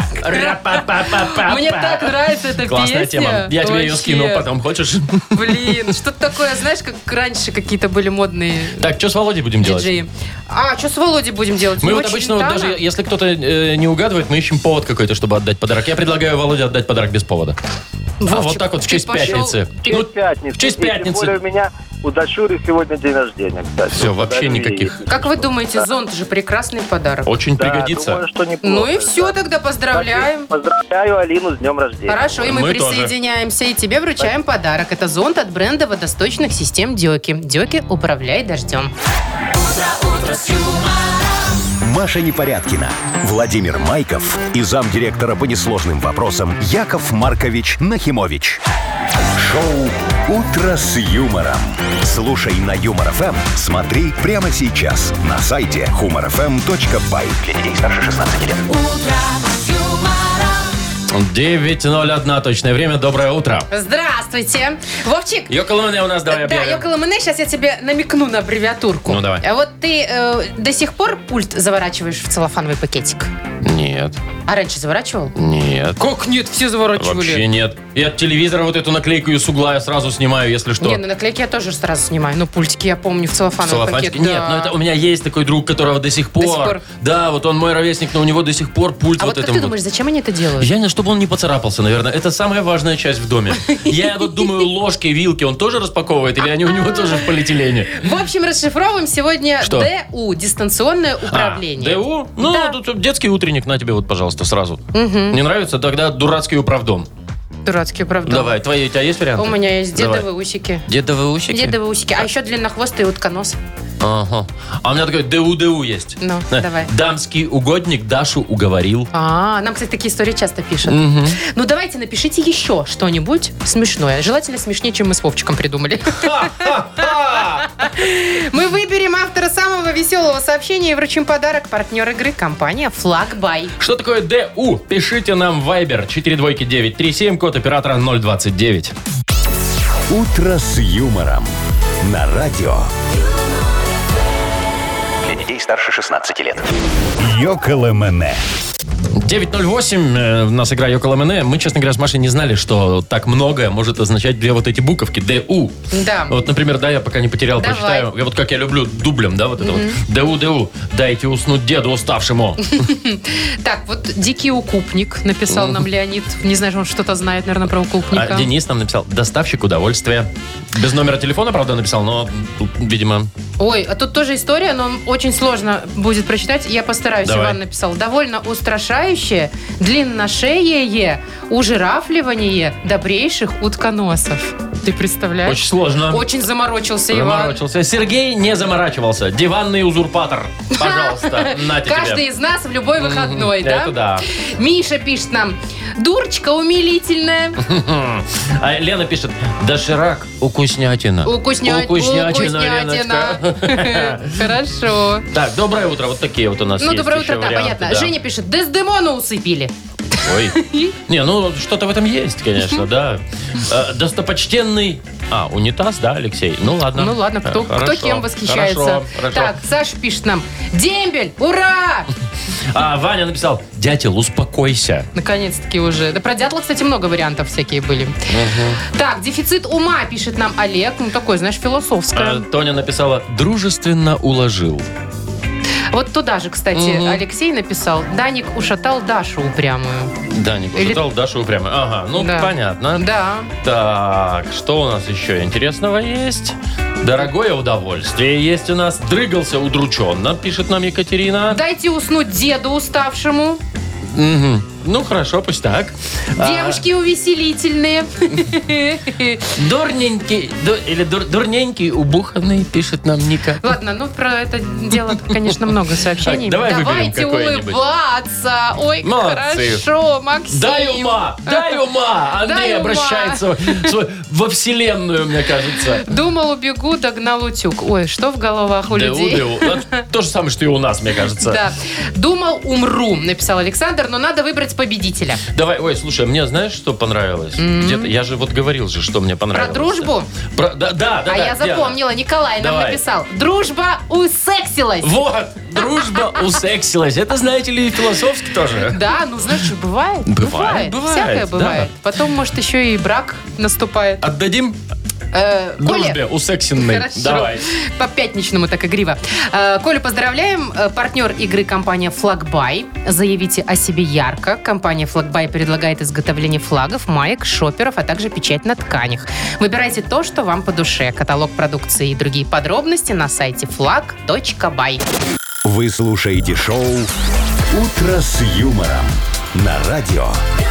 Мне так нравится эта Классная песня. тема. Я тебе ее Вообще. скину потом, хочешь? Блин, что-то такое, знаешь, как раньше какие-то были модные Так, что с Володей будем делать? диджеи. А, что с Володей будем делать? Мы Ну, вот обычно, вот Челентано? даже если кто-то не угадывает, мы ищем повод какой-то, чтобы отдать подарок. Я предлагаю Володе отдать подарок без повода. А вот так вот в честь ты пошел. пятницы. В честь пятницы. В честь И тем пятницы. более у Дашури сегодня день рождения, кстати. Все, Вот вообще подарили никаких. ей. Как вы думаете, зонт же прекрасный подарок. Очень Да, пригодится. думаю, что неплохо, Ну и все, да. тогда поздравляем. Поздравляю Алину с днем рождения. Хорошо, и мы Мы тоже. присоединяемся, и тебе вручаем подарок. Это зонт от бренда водосточных систем Дёки. Дёки, управляй дождем. Маша Непорядкина, Владимир Майков и замдиректора по несложным вопросам Яков Маркович Нахимович. Шоу «Утро с юмором». Слушай на Юмор ФМ, смотри прямо сейчас на сайте humorfm.by. Для детей старше 16 лет. 9:01 точное время. Доброе утро. Здравствуйте. Вовчик. Йоколоне у нас, давай Да, объявим. Йоколомене, сейчас я тебе намекну на аббревиатурку. Ну, давай. А вот ты до сих пор пульт заворачиваешь в целлофановый пакетик? Нет, А раньше заворачивал? нет. Как нет? Все заворачивали. Вообще нет. И от телевизора вот эту наклейку из угла я сразу снимаю, если что. Не, ну наклейки я тоже сразу снимаю. Ну, пультики я помню в целлофановый пакет. Целлофанчик. Нет, да. но это у меня есть такой друг, которого до сих пор. Да, вот он мой ровесник, но у него до сих пор пульт А вот вот как этим ты вот. думаешь, зачем они это делают? Я не, чтобы он не поцарапался, наверное. Это самая важная часть в доме. Я вот думаю, ложки, вилки он тоже распаковывает, или они у него тоже в полиэтилене? В общем, расшифровываем сегодня Что? ДУ, дистанционное управление. ДУ? Ну, Да. тут детский утренник, на тебе вот, пожалуйста, сразу. Не нравится? Тогда дурацкий управдом. Дурацкий, правда. Давай, у тебя есть варианты? У меня есть Давай. дедовые усики. Дедовые усики? Дедовые усики. А еще длиннохвостый утконос. Ага. А у меня такой ДУ есть. Ну, давай. Дамский угодник Дашу уговорил. Нам, кстати, такие истории часто пишут. Ну, давайте напишите еще что-нибудь смешное. Желательно смешнее, чем мы с Вовчиком придумали. Мы выберем автора самого веселого сообщения и вручим подарок. Партнер игры – компания «Флагбай». Что такое ДУ? Пишите нам в Viber 42937, код оператора 029. «Утро с юмором» на радио. Для детей старше 16 лет. Йоколэмэне. 9:08, у нас игра Йоколо МН. Мы, честно говоря, с Машей не знали, что так многое может означать две вот эти буковки. ДУ. Да. Вот, например, да, я пока не потерял, Давай. прочитаю. Вот как я люблю дублем, да, вот это вот. ДУ. Дайте уснуть деду уставшему. Так, вот дикий укупник написал нам Леонид. Не знаю, он что-то знает, наверное, про укупника. А Денис нам написал: доставщик удовольствия. Без номера телефона, правда, написал, но, видимо... Ой, а тут тоже история, но очень сложно будет прочитать. Я постараюсь. Давай. Иван написал. Довольно устрашающее, длинношеее, ужирафливание добрейших утконосов. Ты представляешь? Очень сложно. Очень заморочился Иван. Заморочился. Сергей не заморачивался. Диванный узурпатор. Пожалуйста, нате тебе. Каждый из нас в любой выходной, да? Это да. Миша пишет нам: дурочка умилительная. А Лена пишет: доширак укуснятина. Укуснятина. Леночка. Хорошо. Так, доброе утро. Вот такие вот у нас Ну, есть доброе еще утро, да, варианты, понятно. да. Женя пишет: Дездемону усыпили. Ой. Не, ну, что-то в этом есть, конечно, да. Достопочтенный... унитаз, да, Алексей? Ну, ладно. Ну ладно, кто кем восхищается. Хорошо. Так, Саша пишет нам: дембель, ура! Ваня написал: дятел, успокойся. Наконец-таки уже. Да про дятла, кстати, много вариантов всякие были. Так, дефицит ума, пишет нам Олег. Ну, такой, знаешь, философское. Тоня написала: дружественно уложил. Вот туда же, кстати, Алексей написал: Даник ушатал Дашу упрямую. Даник ушатал Дашу упрямо.Ага, ну, Да. понятно. Да. Так, что у нас еще интересного есть? Дорогое удовольствие есть у нас. Дрыгался удрученно, пишет нам Екатерина. Дайте уснуть деду уставшему. Мгм. Ну, хорошо, пусть так. Девушки увеселительные. Дурненький, дурненький, убуханный, пишет нам Ника. Ладно, ну про это дело, конечно, много сообщений. Так, давай выберем Давайте какое-нибудь. улыбаться. Ой, как Молодцы. хорошо, Максим. Дай ума! Андрей Дай ума. обращается во вселенную, мне кажется. Думал, убегу, догнал утюг. Ой, что в головах у людей? То же самое, что и у нас, мне кажется. Да. Думал, умру, написал Александр, но надо выбрать победителя. Давай, ой, слушай, мне знаешь, что понравилось? Где-то, я же вот говорил же, что мне понравилось. Про дружбу? Да. А я запомнила, Николай нам Давай. написал: дружба усексилась. Вот, дружба усексилась. Это, знаете ли, философски тоже. Да, ну знаешь, что бывает. Бывает, Всякое бывает. Потом, может, еще и брак наступает. Отдадим Коле, дружбе усексенной. хорошо. Давай. По пятничному так игриво. Колю поздравляем. Партнер игры компания «Флагбай». Заявите о себе ярко. Компания «Флагбай» предлагает изготовление флагов, маек, шоперов, а также печать на тканях. Выбирайте то, что вам по душе. Каталог продукции и другие подробности на сайте flag.by. Вы слушаете шоу «Утро с юмором» на радио.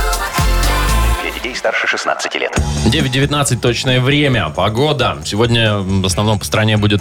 Для детей старше 16 лет. 9:19 точное время. Погода. Сегодня в основном по стране будет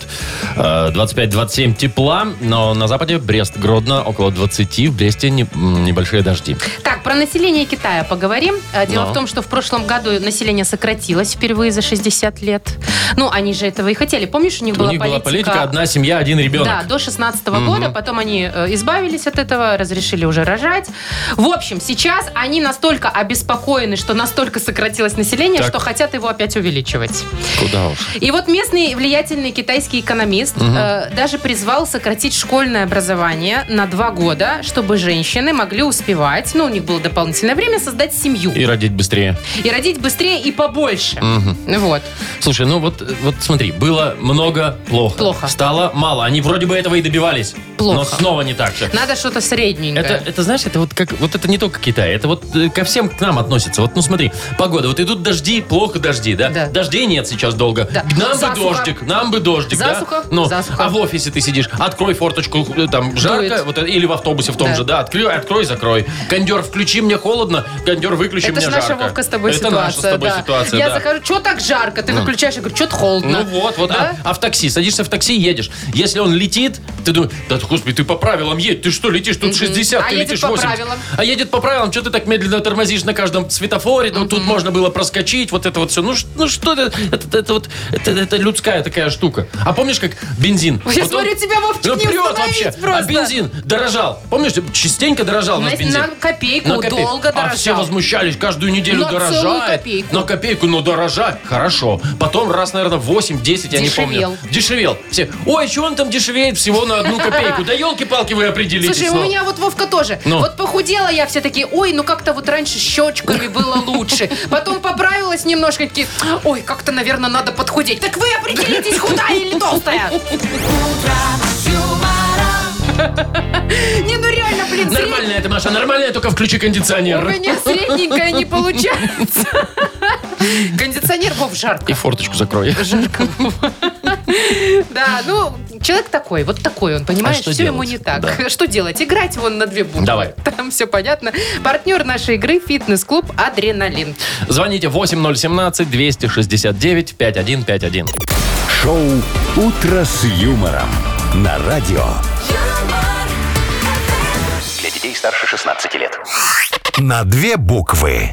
25-27 тепла, но на западе Брест, Гродно около 20, в Бресте небольшие дожди. Так, про население Китая поговорим. Дело Ну. в том, что в прошлом году население сократилось впервые за 60 лет. Ну, они же этого и хотели. Помнишь, у них была политика «одна семья, один ребенок». Да, до 16 года. Потом они избавились от этого, разрешили уже рожать. В общем, сейчас они настолько обеспокоены, что настолько сократилось население, Так. что хотят его опять увеличивать. Куда уж. И вот местный влиятельный китайский экономист даже призвал сократить школьное образование на 2 года, чтобы женщины могли успевать, ну, у них было дополнительное время, создать семью. И родить быстрее. И родить быстрее и побольше. Вот. Слушай, ну вот смотри, было много плохо. Плохо. Стало мало. Они вроде бы этого и добивались. Плохо. Но снова не так же. Надо что-то средненькое. Это знаешь, это вот как вот это не только Китай, это вот ко всем к нам относится. Вот, ну смотри, погода, вот идут дожди, плохо дожди, да? Да. Дождей нет сейчас долго. Да. Нам бы дождик, Засуха. да? Ну, Засуха. а в офисе ты сидишь, открой форточку, там жарко, Дует. вот, или в автобусе в том Да. же, да, открой, закрой. Кондер, включи, мне холодно, кондер, выключи, Это мне ж жарко. наша, Вовка, с тобой это ситуация. наша с тобой да. ситуация, Я да. захожу, что так жарко? Ты выключаешь, я говорю, что-то холодно. Ну вот. Да? А в такси, садишься в такси, едешь. Если он летит, ты думаешь, да, господи, ты по правилам едь, ты что, летишь, тут 60, А ты едет летишь по 80. правилам? А едет по правилам, что ты так медленно тормозишь на каждом светофоре, ну тут можно было проскочить, вот это вот все. Ну что это людская такая штука. А помнишь, как бензин? Я Вот смотрю, тебя, Вовчик, не прет остановить вообще. просто. А бензин дорожал. Помнишь, частенько дорожал у нас бензин. На копейку, долго А все дорожал. возмущались, каждую неделю На целую дорожает. копейку. На копейку, но дорожать, хорошо. Потом раз, наверное, 8-10, я не Дешевел. помню. Дешевел. Все, ой, что он там дешевеет? Всего на 1 копейку. Да елки-палки, вы определитесь. Слушай, у меня вот Вовка тоже. Ну. Вот похудела я, все такие, ой, ну как-то вот раньше щечками было лучше. Потом поправилась немножко, такие, ой, как-то, наверное, надо подхудеть. Так вы определитесь, худая или толстая. Не, ну реально, блин, Нормальная это, Маша, нормальная, только включи у кондиционер. меня средненькая не получается. Кондиционер, Вов, жарко. И форточку закрой. Жарко. Да, ну, человек такой, вот такой он, понимаешь, что все ему делать? не так. Да. Что делать? Играть вон на 2 буквы. Давай. Там все понятно. Партнер нашей игры — фитнес-клуб «Адреналин». Звоните 8017-269-5151. Шоу «Утро с юмором» на радио. Для детей старше 16 лет. На 2 буквы.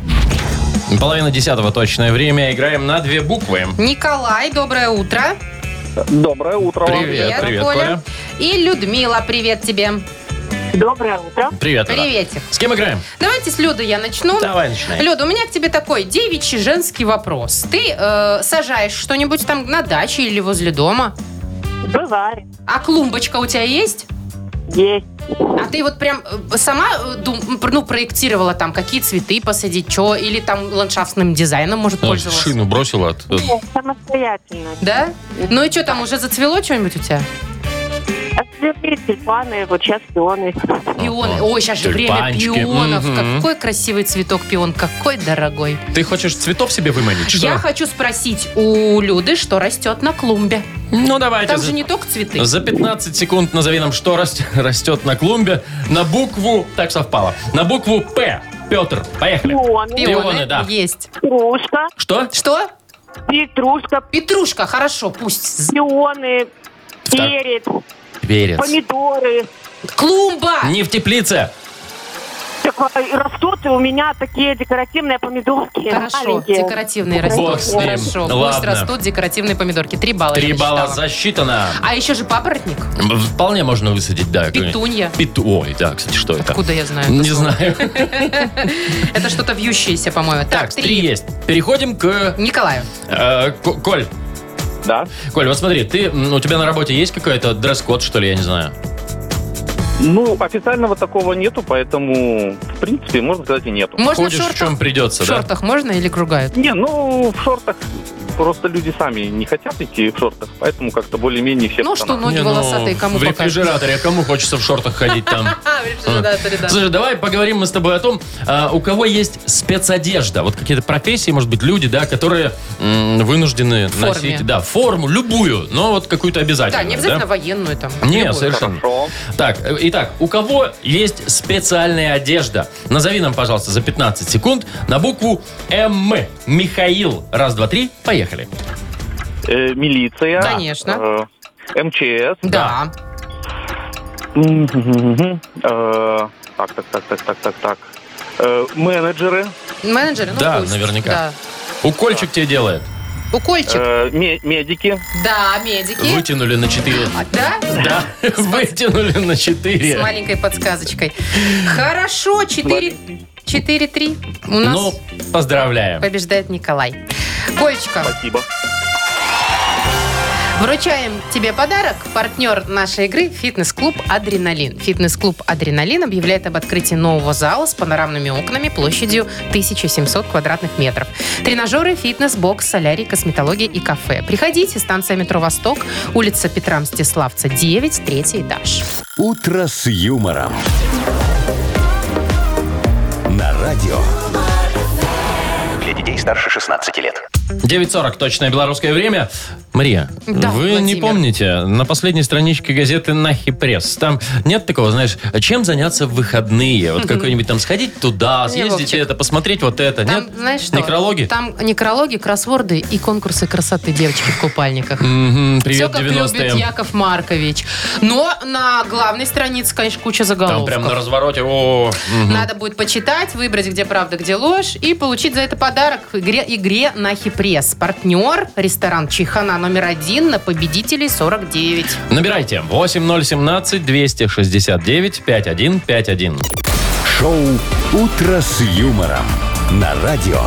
9:30 точное время. Играем на 2 буквы. Николай, доброе утро. Доброе утро вам. Привет, привет, Коля. И Людмила, привет тебе. Доброе утро. Привет, Люда. Приветик. С кем играем? Давайте с Люды я начну. Давай, начинай. Люда, у меня к тебе такой девичий женский вопрос. Ты сажаешь что-нибудь там на даче или возле дома? Бывает. А клумбочка у тебя есть? Есть. А ты вот прям сама проектировала там, какие цветы посадить, что, или там ландшафтным дизайном, может, пользовалась? Шину бросила. Самостоятельно. Да? Ну и что, там уже зацвело что-нибудь у тебя? Отцветы, тюльпаны, вот сейчас пионы. Пионы. Ой, сейчас же время Тюльпанчики. пионов. Мгм. Какой красивый цветок пион, какой дорогой. Ты хочешь цветов себе выманить? Что? Я хочу спросить у Люды, что растет на клумбе. Ну, давайте. Там же не только цветы. За 15 секунд назови нам, что растет на клумбе. На букву... Так совпало. На букву П. Петр. Поехали. Пионы. Пионы, да. Есть. Петрушка. Что? Что? Петрушка. Петрушка, хорошо, пусть. Пионы. Перец. Перец. Помидоры. Клумба! Не в теплице. Так, растут у меня такие декоративные помидорки. Хорошо, маленькие. декоративные Бог растут. с ним. Хорошо, пусть Ладно. растут декоративные помидорки. 3 балла. 3 я балла насчитала. засчитано. А еще же папоротник. Вполне можно высадить, да. Петунья. Ой, да, кстати, что это? Откуда я знаю? Не это слово? знаю. Это что-то вьющееся, по-моему. Так, 3 есть. Переходим к... Николаю. Коль. Да. Коль, вот смотри, у тебя на работе есть какой-то дресс-код, что ли, я не знаю? Ну, официального такого нету, поэтому, в принципе, можно сказать, и нету. Можно Ходишь, в чем придется, в да? шортах можно или кругают? Не, ну, в шортах просто люди сами не хотят идти в шортах, поэтому как-то более-менее все Ну что, пацаны. ноги Не, волосатые, кому в покажешь? рефрижераторе, а кому хочется в шортах ходить там? В рефрижераторе, да. Слушай, давай поговорим мы с тобой о том, у кого есть спецодежда. Вот какие-то профессии, может быть, люди, да, которые вынуждены форме. носить, да, форму, любую, но вот какую-то обязательно. Да, не обязательно военную там. Не, любую. совершенно. Хорошо. Так, итак, у кого есть специальная одежда? Назови нам, пожалуйста, за 15 секунд на букву М. Михаил. Раз, два, три, поехали. Милиция. Конечно. МЧС. Да. Так. Менеджеры. Менеджеры, ну Да, пусть. наверняка. Да. Укольчик тебе делает. Укольчик. Медики. Да, медики. Вытянули на 4. Да? Да, вытянули на 4. С маленькой подсказочкой. Хорошо, 4-3. У нас Ну, поздравляем. побеждает Николай. Колечка, Спасибо. вручаем тебе подарок. Партнер нашей игры – фитнес-клуб «Адреналин». Фитнес-клуб «Адреналин» объявляет об открытии нового зала с панорамными окнами площадью 1700 квадратных метров. Тренажеры, фитнес, бокс, солярий, косметология и кафе. Приходите, станция метро «Восток», улица Петра Мстиславца, 9, 3 этаж. «Утро с юмором». На радио. Для детей старше 16 лет. 9:40 точное белорусское время. Мария, Да, вы не Владимир. помните, на последней страничке газеты «Нахи Пресс» там нет такого, знаешь, чем заняться в выходные? Вот какой-нибудь там сходить туда, съездить Вовчик. это, посмотреть вот это, Там, нет? знаешь что? Некрологи? Там некрологи, кроссворды и конкурсы красоты девочки в купальниках. Мгм, Все привет, как 90-е. любит Яков Маркович. Но на главной странице, конечно, куча Там заголовков. прям на развороте. Надо будет почитать, выбрать, где правда, где ложь, и получить за это подарок в игре «Нахи Пресс». Партнер – ресторан «Чайхана» номер 1 на победителей 49. Набирайте 8017-269-5151. Шоу «Утро с юмором». На радио.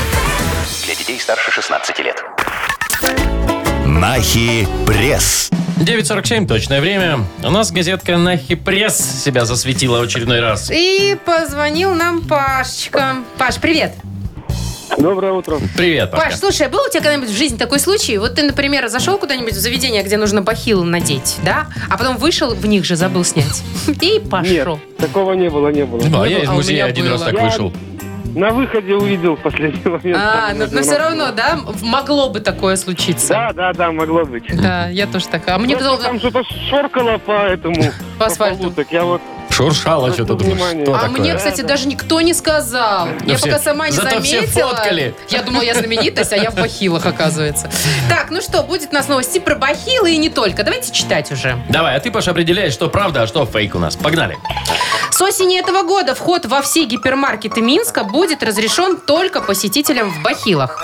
Для детей старше 16 лет. Нахи Пресс. 9:47, точное время. У нас газетка «Нахи Пресс» себя засветила в очередной раз. И позвонил нам Пашечка. Паш, привет. Доброе утро. Привет, Пашка. Паш, слушай, а был у тебя когда-нибудь в жизни такой случай? Вот ты, например, зашел куда-нибудь в заведение, где нужно бахилы надеть, да? А потом вышел, в них же забыл снять. И пошел. Нет, такого не было. Ну, я из а у музея меня один раз было. так вышел. На выходе увидел в последний момент. Но все равно, да, могло бы такое случиться. Да, могло быть. Да, я тоже такая. А мне Просто казалось, там что-то шоркало по этому... По асфальту. полу, так я вот... Шуршало что-то, думаешь, внимание. что а такое? мне, кстати, даже никто не сказал. Я все- пока сама не зато все заметила. фоткали. Я думала, я знаменитость, а я в бахилах, оказывается. Так, ну что, будет у нас новости про бахилы и не только. Давайте читать уже. Давай, а ты, Паша, определяешь, что правда, а что фейк у нас. Погнали. С осени этого года вход во все гипермаркеты Минска будет разрешен только посетителям в бахилах.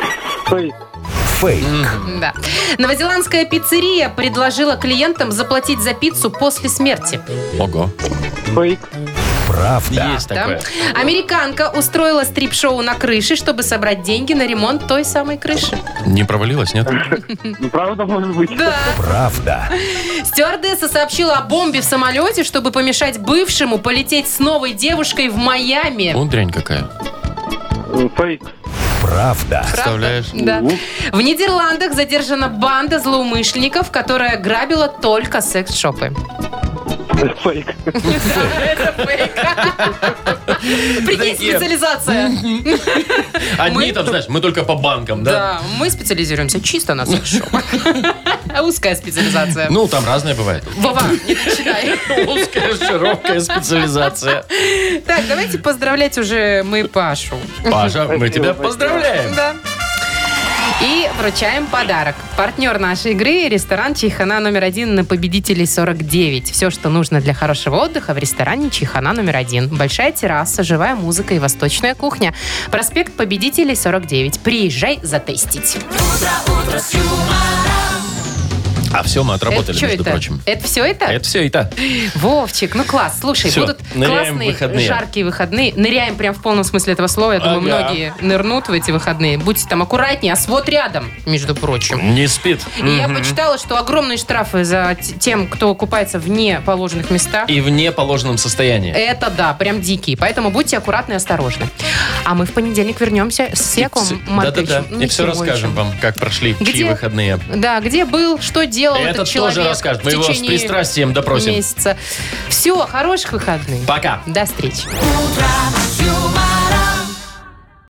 Фейк. Да. Новозеландская пиццерия предложила клиентам заплатить за пиццу после смерти. Ого. Фейк. Правда. Есть Да. такое. Американка устроила стрип-шоу на крыше, чтобы собрать деньги на ремонт той самой крыши. Не провалилось, нет? Ну, правда, может быть. Да. Правда. Стюардесса сообщила о бомбе в самолете, чтобы помешать бывшему полететь с новой девушкой в Майами. Вон дрянь какая. Фейк. Правда. Представляешь? Да. В Нидерландах задержана банда злоумышленников, которая грабила только секс-шопы. Фейк. Это фейк. Прикинь, Такие. специализация. Одни там, знаешь, мы только по банкам, да? Да, мы специализируемся чисто на секс-шопах. Узкая специализация. Ну, там разное бывает. Вова, не начинай. Узкая, широкая специализация. Так, давайте поздравлять уже мы Пашу. Паша, мы Спасибо, тебя спасибо. поздравляем. Да. И вручаем подарок. Партнер нашей игры – ресторан «Чайхана номер 1» на Победителей 49. Все, что нужно для хорошего отдыха в ресторане «Чайхана номер 1». Большая терраса, живая музыка и восточная кухня. Проспект Победителей 49. Приезжай затестить. А все, мы отработали, чё между это? прочим. Это все это? Это все это. Вовчик, ну класс. Слушай, Всё, будут ныряем в классные, выходные. жаркие выходные. Ныряем прям в полном смысле этого слова. Я думаю, Ага. многие нырнут в эти выходные. Будьте там аккуратнее, а свод рядом, между прочим. Не спит. И я почитала, что огромные штрафы за тем, кто купается в неположенных местах. И в неположенном состоянии. Это да, прям дикие. Поэтому будьте аккуратны и осторожны. А мы в понедельник вернемся с Яковом Марковичем. Да-да-да. И все расскажем вам, как прошли чьи Где? выходные. Да, где был, что делал Это этот человек тоже расскажет. Мы в его с течение пристрастием допросим. месяца. Все, хороших выходных. Пока. До встречи. Утро